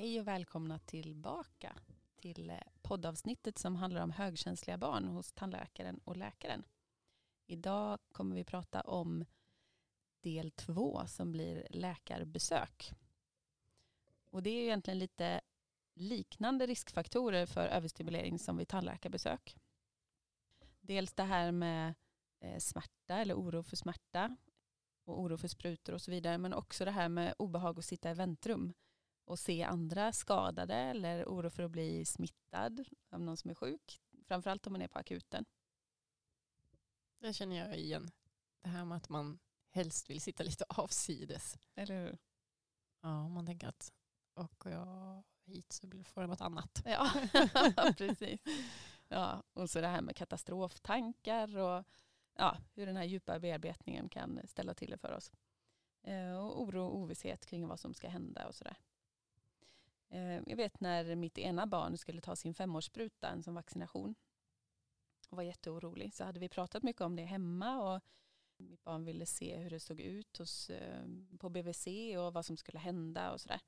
Hej och välkomna tillbaka till poddavsnittet som handlar om högkänsliga barn hos tandläkaren och läkaren. Idag kommer vi prata om del 2 som blir läkarbesök. Och det är egentligen lite liknande riskfaktorer för överstimulering som vid tandläkarbesök. Dels det här med smärta eller oro för smärta och oro för sprutor och så vidare. Men också det här med obehag att sitta i väntrum och se andra skadade eller oro för att bli smittad av någon som är sjuk. Framförallt om man är på akuten. Det känner jag igen. Det här med att man helst vill sitta lite avsides. Eller hur? Ja, man tänker att åker jag hit så får det något annat. Ja, precis. Ja, och så det här med katastroftankar och hur den här djupa bearbetningen kan ställa till det för oss. Och oro och ovisshet kring vad som ska hända och sådär. Jag vet när mitt ena barn skulle ta sin 5-årsspruta, en som vaccination, och var jätteorolig, så hade vi pratat mycket om det hemma och mitt barn ville se hur det såg ut på BVC och vad som skulle hända och sådär.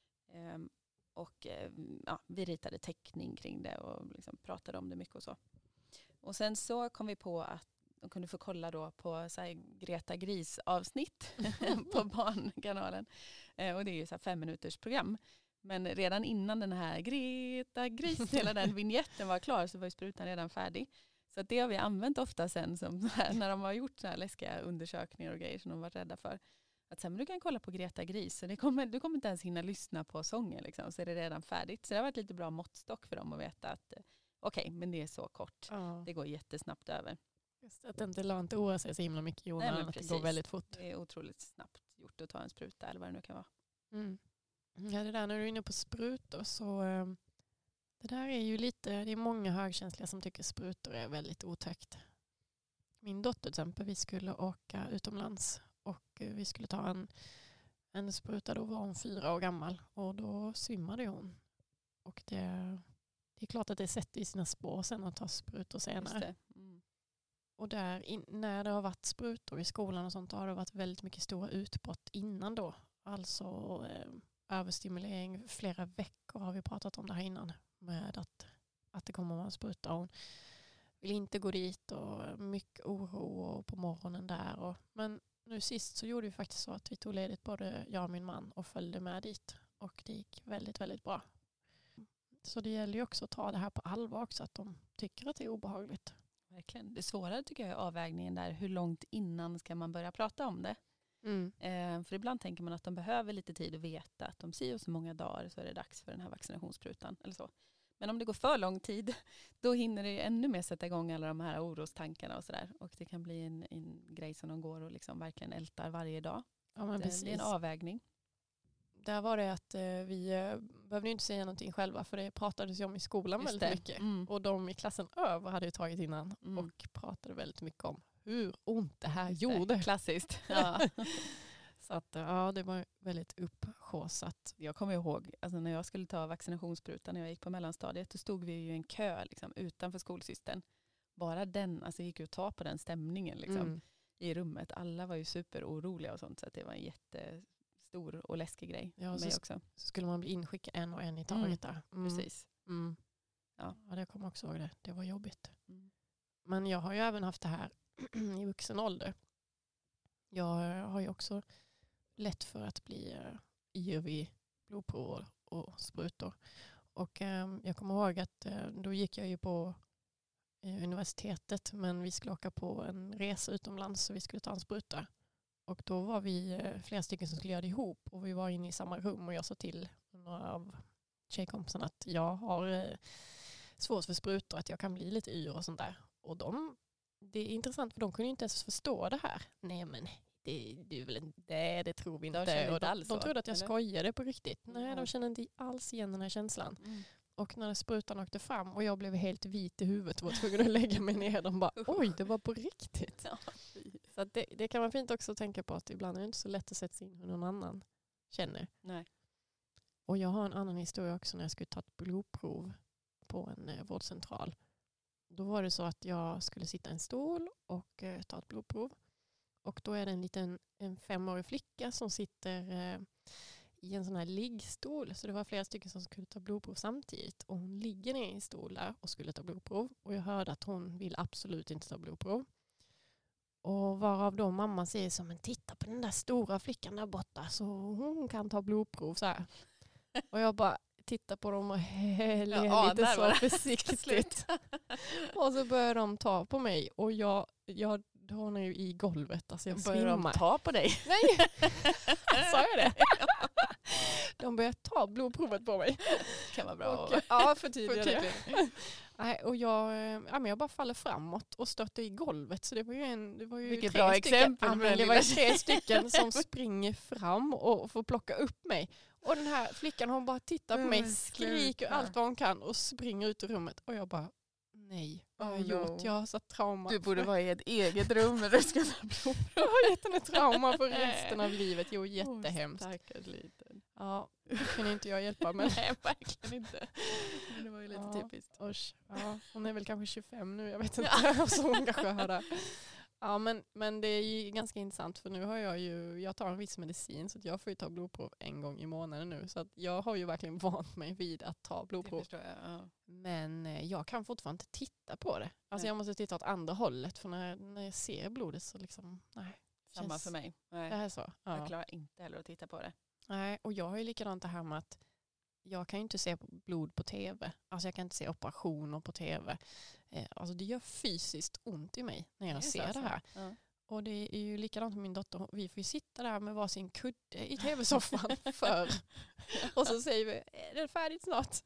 Vi ritade teckning kring det och liksom pratade om det mycket och så. Och sen så kom vi på att de kunde få kolla då på så här Greta Gris-avsnitt på Barnkanalen. Och det är ju så här 5 minuters program. Men redan innan den här Greta Gris, hela den vignetten var klar, så var ju sprutan redan färdig. Så att det har vi använt ofta sen som så här, när de har gjort så här läskiga undersökningar och grejer som de var rädda för. Att sen, men du kan kolla på Greta Gris, så du kommer inte ens hinna lyssna på sången liksom, så är det redan färdigt. Så det har varit lite bra måttstock för dem att veta att okej, men det är så kort. Ja. Det går jättesnabbt över. Just att inte oroa sig så himla mycket, Jonas, att det går väldigt fort. Det är otroligt snabbt gjort att ta en spruta eller vad det nu kan vara. Mm. Ja, det där när du är inne på sprutor så det där är ju lite, det är många högkänsliga som tycker sprutor är väldigt otäckt. Min dotter till exempel, vi skulle åka utomlands och vi skulle ta en spruta, då var hon 4 år gammal och då svimmade hon. Och det är klart att det sätter i sina spår sen att ta sprutor senare. Och när det har varit sprutor i skolan och sånt, har det varit väldigt mycket stora utbrott innan då. Alltså överstimulering, flera veckor har vi pratat om det här innan. Med att det kommer att vara en spruta. Hon vill inte gå dit och mycket oro på morgonen där. Men nu sist så gjorde vi faktiskt så att vi tog ledigt, både jag och min man, och följde med dit. Och det gick väldigt, väldigt bra. Så det gäller ju också att ta det här på allvar också, att de tycker att det är obehagligt. Verkligen. Det svårare tycker jag är avvägningen där. Hur långt innan ska man börja prata om det? För ibland tänker man att de behöver lite tid att veta att de ser så många dagar så är det dags för den här vaccinationssprutan eller så. Men om det går för lång tid, då hinner det ännu mer sätta igång alla de här orostankarna och sådär. Och det kan bli en grej som de går och liksom verkligen ältar varje dag. Ja, men det är en avvägning. Där var det att vi behövde inte säga någonting själva, för det pratades ju om i skolan väldigt mycket. Och de i klassen över hade ju tagit innan och pratade väldigt mycket om hur ont det här gjorde. Klassiskt. Ja. Så att det var väldigt upphaussat. Jag kommer ihåg, alltså när jag skulle ta vaccinationssprutan när jag gick på mellanstadiet, då stod vi ju i en kö liksom, utanför skolsystern. Bara den, alltså gick ju att ta på den stämningen liksom, i rummet. Alla var ju superoroliga och sånt, så att det var en jättestor och läskig grej. Ja, mig också. Så skulle man bli inskickad en och en i taget där. Precis. Ja, det kommer också ihåg det. Det var jobbigt. Men jag har ju även haft det här i vuxen ålder. Jag har ju också lätt för att bli vid blodprov och sprutor. Och jag kommer ihåg att då gick jag ju på universitetet, men vi skulle åka på en resa utomlands så vi skulle ta en spruta. Och då var vi flera stycken som skulle göra det ihop och vi var inne i samma rum och jag sa till några av tjejkompisarna att jag har svårt för sprutor, att jag kan bli lite yr och sånt där. Och det är intressant för de kunde inte ens förstå det här. Nej, men det tror vi inte. Och de trodde att jag skojade på riktigt. Nej, de kände inte alls igen den här känslan. Och när sprutan åkte fram och jag blev helt vit i huvudet och var tvungen att lägga mig ner, de bara, oj, det var på riktigt. Så att det kan vara fint också att tänka på, att ibland är det inte så lätt att sätta sig in hur någon annan känner. Nej. Och jag har en annan historia också när jag skulle ta ett blodprov på en vårdcentral. Då var det så att jag skulle sitta i en stol och ta ett blodprov. Och då är det en 5-årig flicka som sitter i en sån här liggstol. Så det var flera stycken som skulle ta blodprov samtidigt. Och hon ligger ner i en stol där och skulle ta blodprov. Och jag hörde att hon vill absolut inte ta blodprov. Och varav då mamma säger så, men titta på den där stora flickan där borta så hon kan ta blodprov så här. Och jag bara tittar på dem och ler lite så försiktigt. Och så börjar de ta på mig och jag drar ju i golvet. Alltså jag börjar svimmar. de ta på dig? Nej, sa jag det? De börjar ta blodprovet på mig. Kan vara bra. Och, ja, förtydliga det. Nej, och jag bara faller framåt och stöter i golvet. Så det var ju vilket 3 bra stycken. exempel. Ja, men det var ju 3 stycken som springer fram och får plocka upp mig. Och den här flickan, hon bara tittar på mig, skriker allt vad hon kan och springer ut ur rummet. Och jag bara, nej, vad har jag gjort? Jag har satt trauma. Du borde vara i ett eget rum när du ska ta blodprov. Jag har gett henne trauma för resten av livet. Jo, jättehemskt. Stackars liten. Ja, det kan inte jag hjälpa med. Nej, verkligen inte. Men det var ju lite typiskt. Usch. Ja, hon är väl kanske 25 nu, jag vet inte. Så hon kanske hör det. Ja, men det är ju ganska intressant för nu har jag tar en viss medicin så att jag får ju ta blodprov en gång i månaden nu. Så att jag har ju verkligen vant mig vid att ta blodprov. Det förstår jag, ja. Men jag kan fortfarande inte titta på det. Alltså jag måste titta åt andra hållet för när jag ser blodet så liksom, nej. Samma för mig. Nej. Det är så. Ja. Jag klarar inte heller att titta på det. Nej, och jag har ju likadant det här med att jag kan ju inte se blod på tv. Alltså jag kan inte se operationer på tv. Alltså det gör fysiskt ont i mig när jag ser det här. Ja. Och det är ju likadant med min dotter. Vi får ju sitta där med varsin kudde i tv-soffan för. Och så säger vi, är det färdigt snart?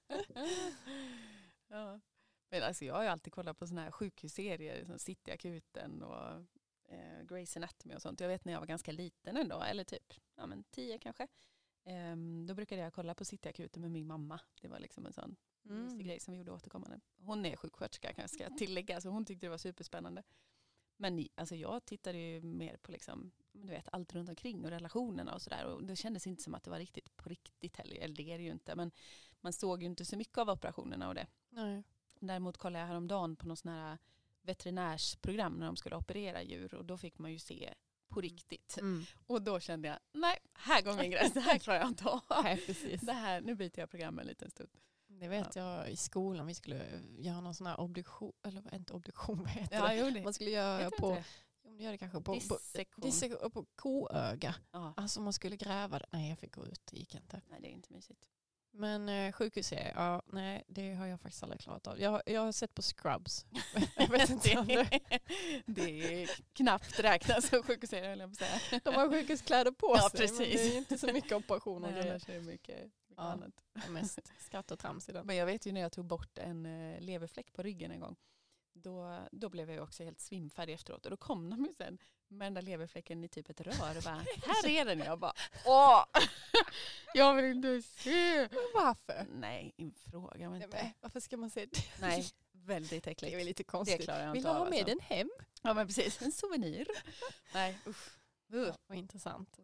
Ja. Men alltså jag har ju alltid kollat på såna här sjukhusserier som City Akuten och Grey's Anatomy och sånt. Jag vet när jag var ganska liten ändå, eller typ 10 kanske. Då brukade jag kolla på City Akuten med min mamma. Det var liksom en sån grej som vi gjorde återkommande. Hon är sjuksköterska kanske ska jag tillägga, så hon tyckte det var superspännande. Men alltså jag tittade ju mer på liksom, du vet, allt runt omkring och relationerna och sådär. Och det kändes inte som att det var riktigt på riktigt heller. Eller det är det ju inte. Men man såg ju inte så mycket av operationerna och det. Nej. Däremot kollade jag häromdagen på någon sån här veterinärsprogram när de skulle operera djur. Och då fick man ju se på riktigt. Och då kände jag, nej, här går min gräns. Det här klarar jag inte av. Nej, precis. Nu byter jag program en liten stund. Det vet jag i skolan. Vi skulle göra någon sån här obduktion. Eller inte obduktion, vad heter det? Det? Man skulle göra på... Det gör det kanske på koöga. Ja. Alltså man skulle gräva det. Nej, jag fick gå ut. Det gick inte. Nej, det är inte mysigt. Men sjukhusserie, nej, det har jag faktiskt aldrig klarat av. Jag har sett på Scrubs. Jag vet inte om det är knappt räknas som sjukhusserie, höll jag på att säga. De har sjukhuskläder på sig. Precis. Men det är inte så mycket operationer. Nej, annars är det mycket annat. Mest skratt och trams i den. Men jag vet ju när jag tog bort en leverfläck på ryggen en gång. Då blev jag också helt svimfärdig efteråt. Och då kom de ju sen med den där leverfläcken i typ ett rör. Och bara, här är den. Jag bara, åh! Jag vill inte se. Men varför? Nej, fråga mig inte. Varför ska man se det? Nej, väldigt äckligt. Det är lite konstigt. Det klarar jag vill inte du av. ha med den hem? Ja, men precis. En souvenir. Nej, usch. Ja, vad intressant.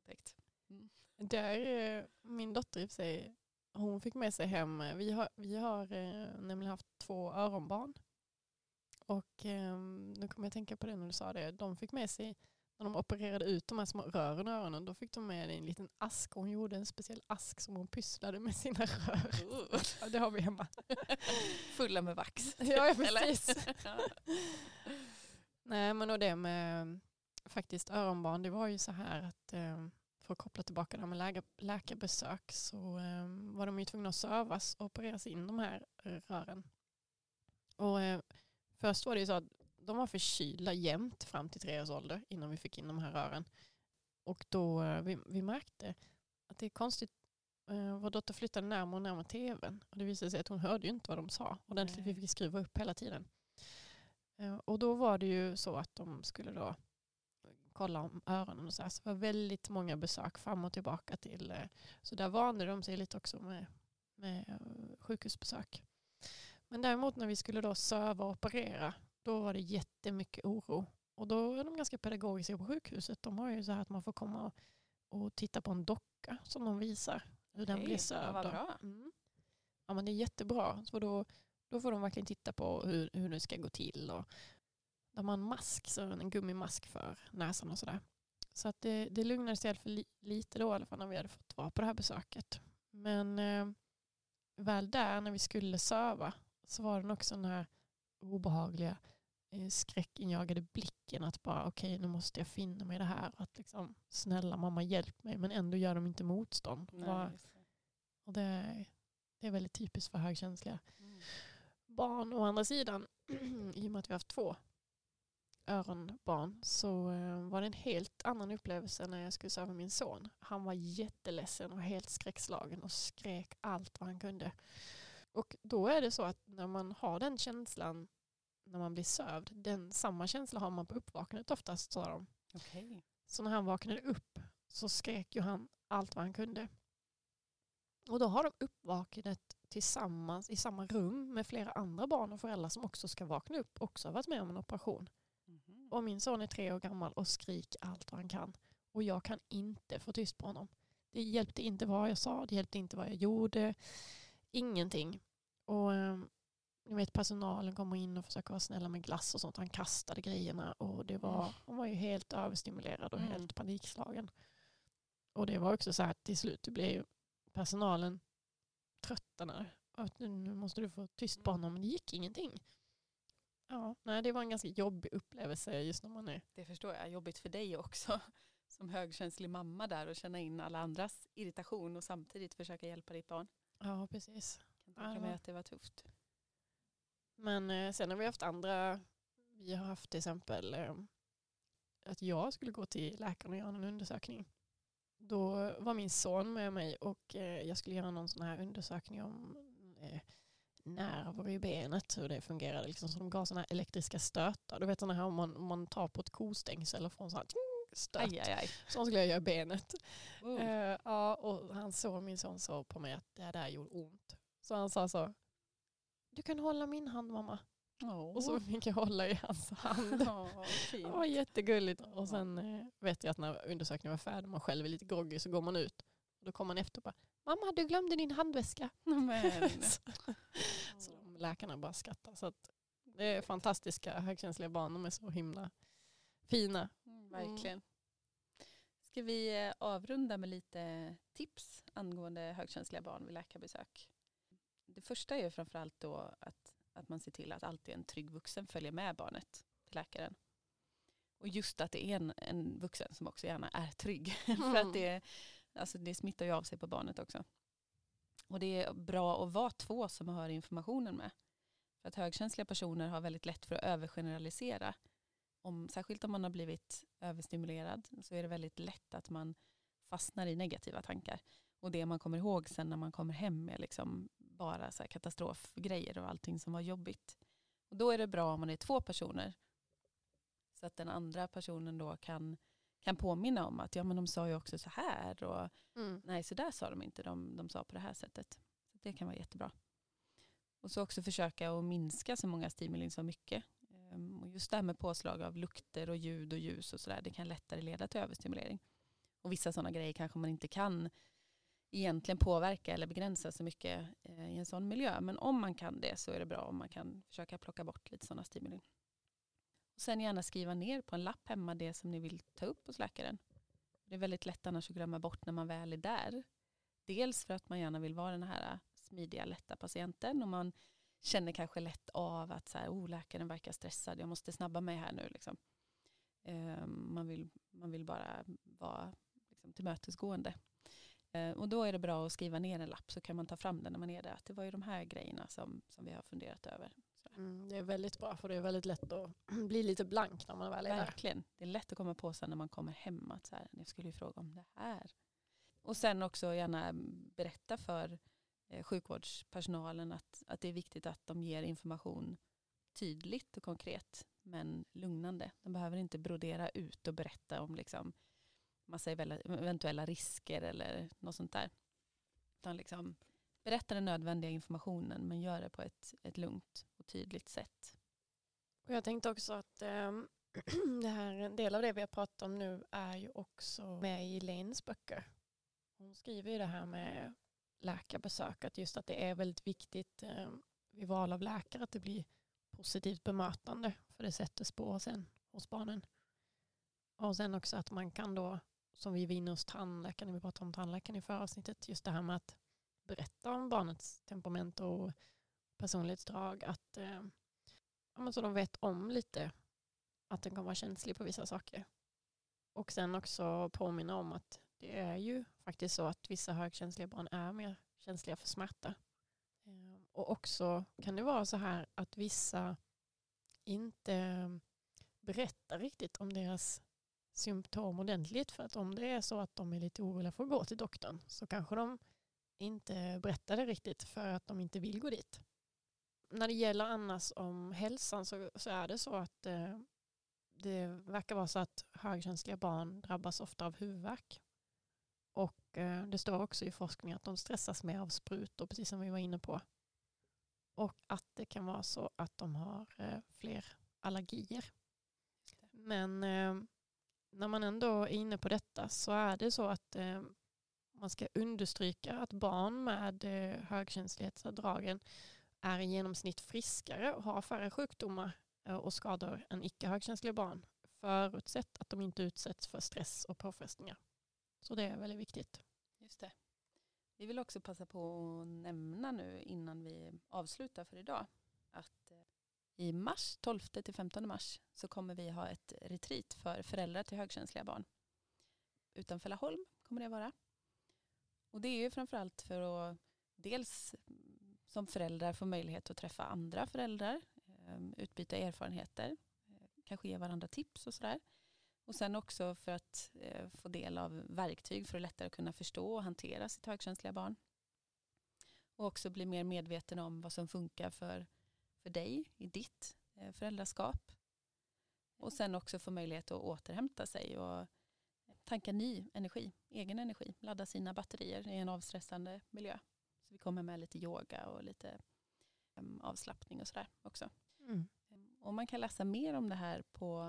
Där, min dotter i sig, hon fick med sig hem. Vi har nämligen haft 2 öronbarn. Och nu kommer jag tänka på det när du sa det. De fick med sig, när de opererade ut de här små rören i öronen, då fick de med en liten ask. Hon gjorde en speciell ask som hon pysslade med sina rör. Ja, det har vi hemma. Fulla med vax. Ja, precis. Nej, men och det med faktiskt öronbarn, det var ju så här att för att koppla tillbaka det här med läkarbesök så var de ju tvungna att sövas och opereras in de här rören. Och först var det ju så att de var förkylda jämt fram till 3 års ålder innan vi fick in de här rören. Och då vi märkte att det är konstigt. Vår dotter flyttade närmare och närmare tvn. Och det visade sig att hon hörde ju inte vad de sa. Ordentligt, vi fick skruva upp hela tiden. Och då var det ju så att de skulle då kolla om öronen och så här. Så det var väldigt många besök fram och tillbaka till. Så där vande de sig lite också med sjukhusbesök. Men däremot när vi skulle då söva och operera, då var det jättemycket oro. Och då är de ganska pedagogiska på sjukhuset. De har ju så här att man får komma och titta på en docka som de visar hur den blir sövd. Ja, men det är jättebra. Så då får de verkligen titta på hur det ska gå till. Och de har en mask, så en gummimask för näsan och sådär. Så att det lugnade sig i alla fall lite då i alla fall när vi hade fått vara på det här besöket. Men väl där när vi skulle söva så var det också den här obehagliga skräckinjagade blicken att bara okej, nu måste jag finna mig i det här. Att liksom, snälla mamma hjälp mig, men ändå gör de inte motstånd. Och det är väldigt typiskt för högkänsliga barn. Å andra sidan, i och med att vi har haft 2 öronbarn, så var det en helt annan upplevelse när jag skulle söva min son. Han var jätteledsen och helt skräckslagen och skrek allt vad han kunde. Och då är det så att när man har den känslan när man blir sövd, samma känsla har man på uppvaknandet oftast, sa de. Okay. Så när han vaknade upp så skrek ju han allt vad han kunde. Och då har de uppvaknat tillsammans i samma rum med flera andra barn och föräldrar som också ska vakna upp, också har varit med om en operation. Mm-hmm. Och min son är 3 år gammal och skriker allt vad han kan. Och jag kan inte få tyst på honom. Det hjälpte inte vad jag sa, det hjälpte inte vad jag gjorde. Ingenting. Och jag vet, personalen kommer in och försöker vara snälla med glass och sånt. Han kastade grejerna och han var ju helt överstimulerad och helt panikslagen. Och det var också så här, till slut blev ju personalen tröttnade. Nu måste du få tyst på honom, men det gick ingenting. Ja, nej, det var en ganska jobbig upplevelse just när man är... Det förstår jag. Jobbigt för dig också som högkänslig mamma där och känna in alla andras irritation och samtidigt försöka hjälpa ditt barn. Ja, precis. Jag kan tänka mig att det var tufft. Men sen har vi haft vi har haft till exempel att jag skulle gå till läkaren och göra en undersökning. Då var min son med mig och jag skulle göra någon sån här undersökning om nerver i benet, hur det fungerade. Liksom, så de gav såna här elektriska stötar. Du vet såna här om man tar på ett kostängsel eller får en sån här stöt. Aj. Så skulle jag göra benet. Ja, och min son såg på mig att det där gjorde ont. Så han sa så: du kan hålla min hand, mamma. Och så fick jag hålla i hans hand. Det var jättegulligt. Och sen vet jag att när undersökningen var färdig, man själv är lite groggy, så går man ut. Och då kommer man efter och bara: mamma, du glömde din handväska. Men. Så de läkarna bara skrattar. Så att det är fantastiska högkänsliga barn. De är så himla fina. Verkligen. Ska vi avrunda med lite tips angående högkänsliga barn vid läkarbesök? Det första är framförallt då att man ser till att alltid en trygg vuxen följer med barnet till läkaren. Och just att det är en vuxen som också gärna är trygg. För att det smittar ju av sig på barnet också. Och det är bra att vara 2 som hör informationen med. För att högkänsliga personer har väldigt lätt för att övergeneralisera. Särskilt om man har blivit överstimulerad så är det väldigt lätt att man fastnar i negativa tankar. Och det man kommer ihåg sen när man kommer hem är liksom bara så här katastrofgrejer och allting som var jobbigt. Och då är det bra om man är 2 personer. Så att den andra personen då kan påminna om att ja, men de sa ju också så här. Och nej, så där sa de inte. De sa på det här sättet. Så det kan vara jättebra. Och så också försöka att minska så många stimuli som mycket. Och just det här med påslag av lukter och ljud och ljus och sådär, det kan lättare leda till överstimulering. Och vissa sådana grejer kanske man inte kan egentligen påverka eller begränsa så mycket i en sån miljö. Men om man kan det så är det bra om man kan försöka plocka bort lite sådana stimuli. Och sen gärna skriva ner på en lapp hemma det som ni vill ta upp hos läkaren. Det är väldigt lätt annars att glömma bort när man väl är där. Dels för att man gärna vill vara den här smidiga, lätta patienten. Och man känner kanske lätt av att så här, läkaren verkar stressad. Jag måste snabba mig här nu. Liksom. Man vill bara vara liksom, tillmötesgående. Och då är det bra att skriva ner en lapp så kan man ta fram den när man är där. Att det var ju de här grejerna som vi har funderat över. Det är väldigt bra för det är väldigt lätt att bli lite blank när man väl är där. Verkligen. Det är lätt att komma på sen när man kommer hem att så här, jag skulle ju fråga om det här. Och sen också gärna berätta för sjukvårdspersonalen att det är viktigt att de ger information tydligt och konkret men lugnande. De behöver inte brodera ut och berätta om liksom massa eventuella risker eller något sånt där. Utan liksom berätta den nödvändiga informationen men gör det på ett lugnt och tydligt sätt. Och jag tänkte också att det här, en del av det vi har pratat om nu är ju också med i Lanes böcker. Hon skriver ju det här med läkarbesök, att just att det är väldigt viktigt vid val av läkare att det blir positivt bemötande för det sätter spår sen hos barnen. Och sen också att man kan då, som vi vinner hos tandläkaren, när vi pratar om tandläkaren i förra avsnittet, just det här med att berätta om barnets temperament och personlighetsdrag, att så de vet om lite att den kan vara känslig på vissa saker. Och sen också påminna om att det är ju faktiskt så att vissa högkänsliga barn är mer känsliga för smärta. Och också kan det vara så här att vissa inte berättar riktigt om deras symptom ordentligt, för att om det är så att de är lite oroliga för att gå till doktorn så kanske de inte berättar det riktigt för att de inte vill gå dit. När det gäller annars om hälsan så är det så att det verkar vara så att högkänsliga barn drabbas ofta av huvudvärk. Och det står också i forskning att de stressas mer av sprutor, precis som vi var inne på. Och att det kan vara så att de har fler allergier. Men när man ändå är inne på detta så är det så att man ska understryka att barn med högkänslighetsdragen är i genomsnitt friskare och har färre sjukdomar och skador än icke-högkänsliga barn, förutsatt att de inte utsätts för stress och påfrestningar. Så det är väldigt viktigt. Just det. Vi vill också passa på att nämna nu innan vi avslutar för idag att i mars, 12-15 mars, så kommer vi ha ett retreat för föräldrar till högkänsliga barn. Utanför Laholm kommer det vara. Och det är ju framförallt för att dels som föräldrar få möjlighet att träffa andra föräldrar, utbyta erfarenheter, kanske ge varandra tips och sådär. Och sen också för att få del av verktyg för att lättare kunna förstå och hantera sitt högkänsliga barn. Och också bli mer medveten om vad som funkar för dig i ditt föräldraskap. Och sen också få möjlighet att återhämta sig och tanka ny energi, egen energi. Ladda sina batterier i en avstressande miljö. Så vi kommer med lite yoga och lite avslappning och sådär också. Mm. Och man kan läsa mer om det här på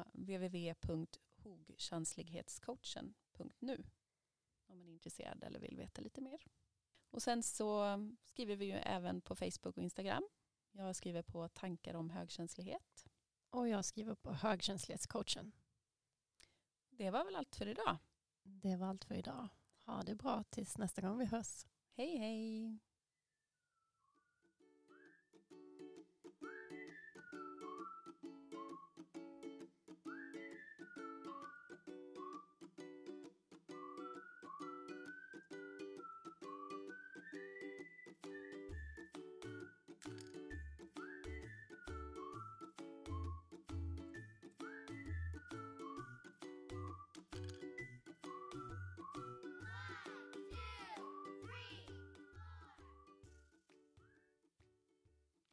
www.hogkänslighetscoachen.nu om man är intresserad eller vill veta lite mer. Och sen så skriver vi ju även på Facebook och Instagram. Jag skriver på tankar om högkänslighet. Och jag skriver på högkänslighetscoachen. Det var väl allt för idag. Det var allt för idag. Ha det bra tills nästa gång vi hörs. Hej hej!